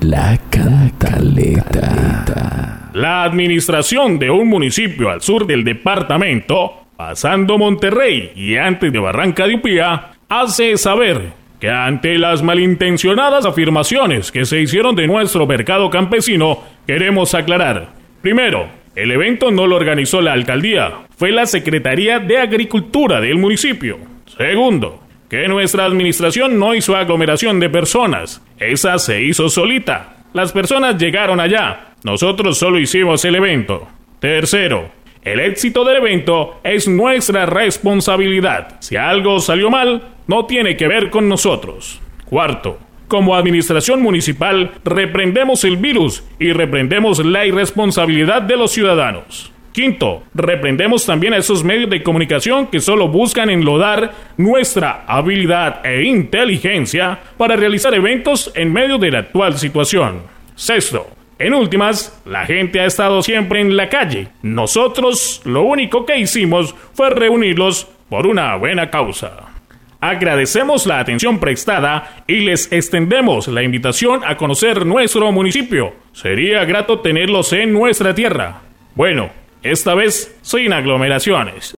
La Cantaleta. La administración de un municipio al sur del departamento, pasando Monterrey y antes de Barranca de Upía, hace saber que ante las malintencionadas afirmaciones que se hicieron de nuestro mercado campesino, queremos aclarar. Primero, el evento no lo organizó la alcaldía, fue la Secretaría de Agricultura del municipio. Segundo, que nuestra administración no hizo aglomeración de personas, esa se hizo solita. Las personas llegaron allá, nosotros solo hicimos el evento. Tercero, el éxito del evento es nuestra responsabilidad. Si algo salió mal, no tiene que ver con nosotros. Cuarto, como administración municipal, reprendemos el virus y reprendemos la irresponsabilidad de los ciudadanos. Quinto, reprendemos también a esos medios de comunicación que solo buscan enlodar nuestra habilidad e inteligencia para realizar eventos en medio de la actual situación. Sexto, en últimas, la gente ha estado siempre en la calle. Nosotros lo único que hicimos fue reunirlos por una buena causa. Agradecemos la atención prestada y les extendemos la invitación a conocer nuestro municipio. Sería grato tenerlos en nuestra tierra. Bueno, esta vez sin aglomeraciones.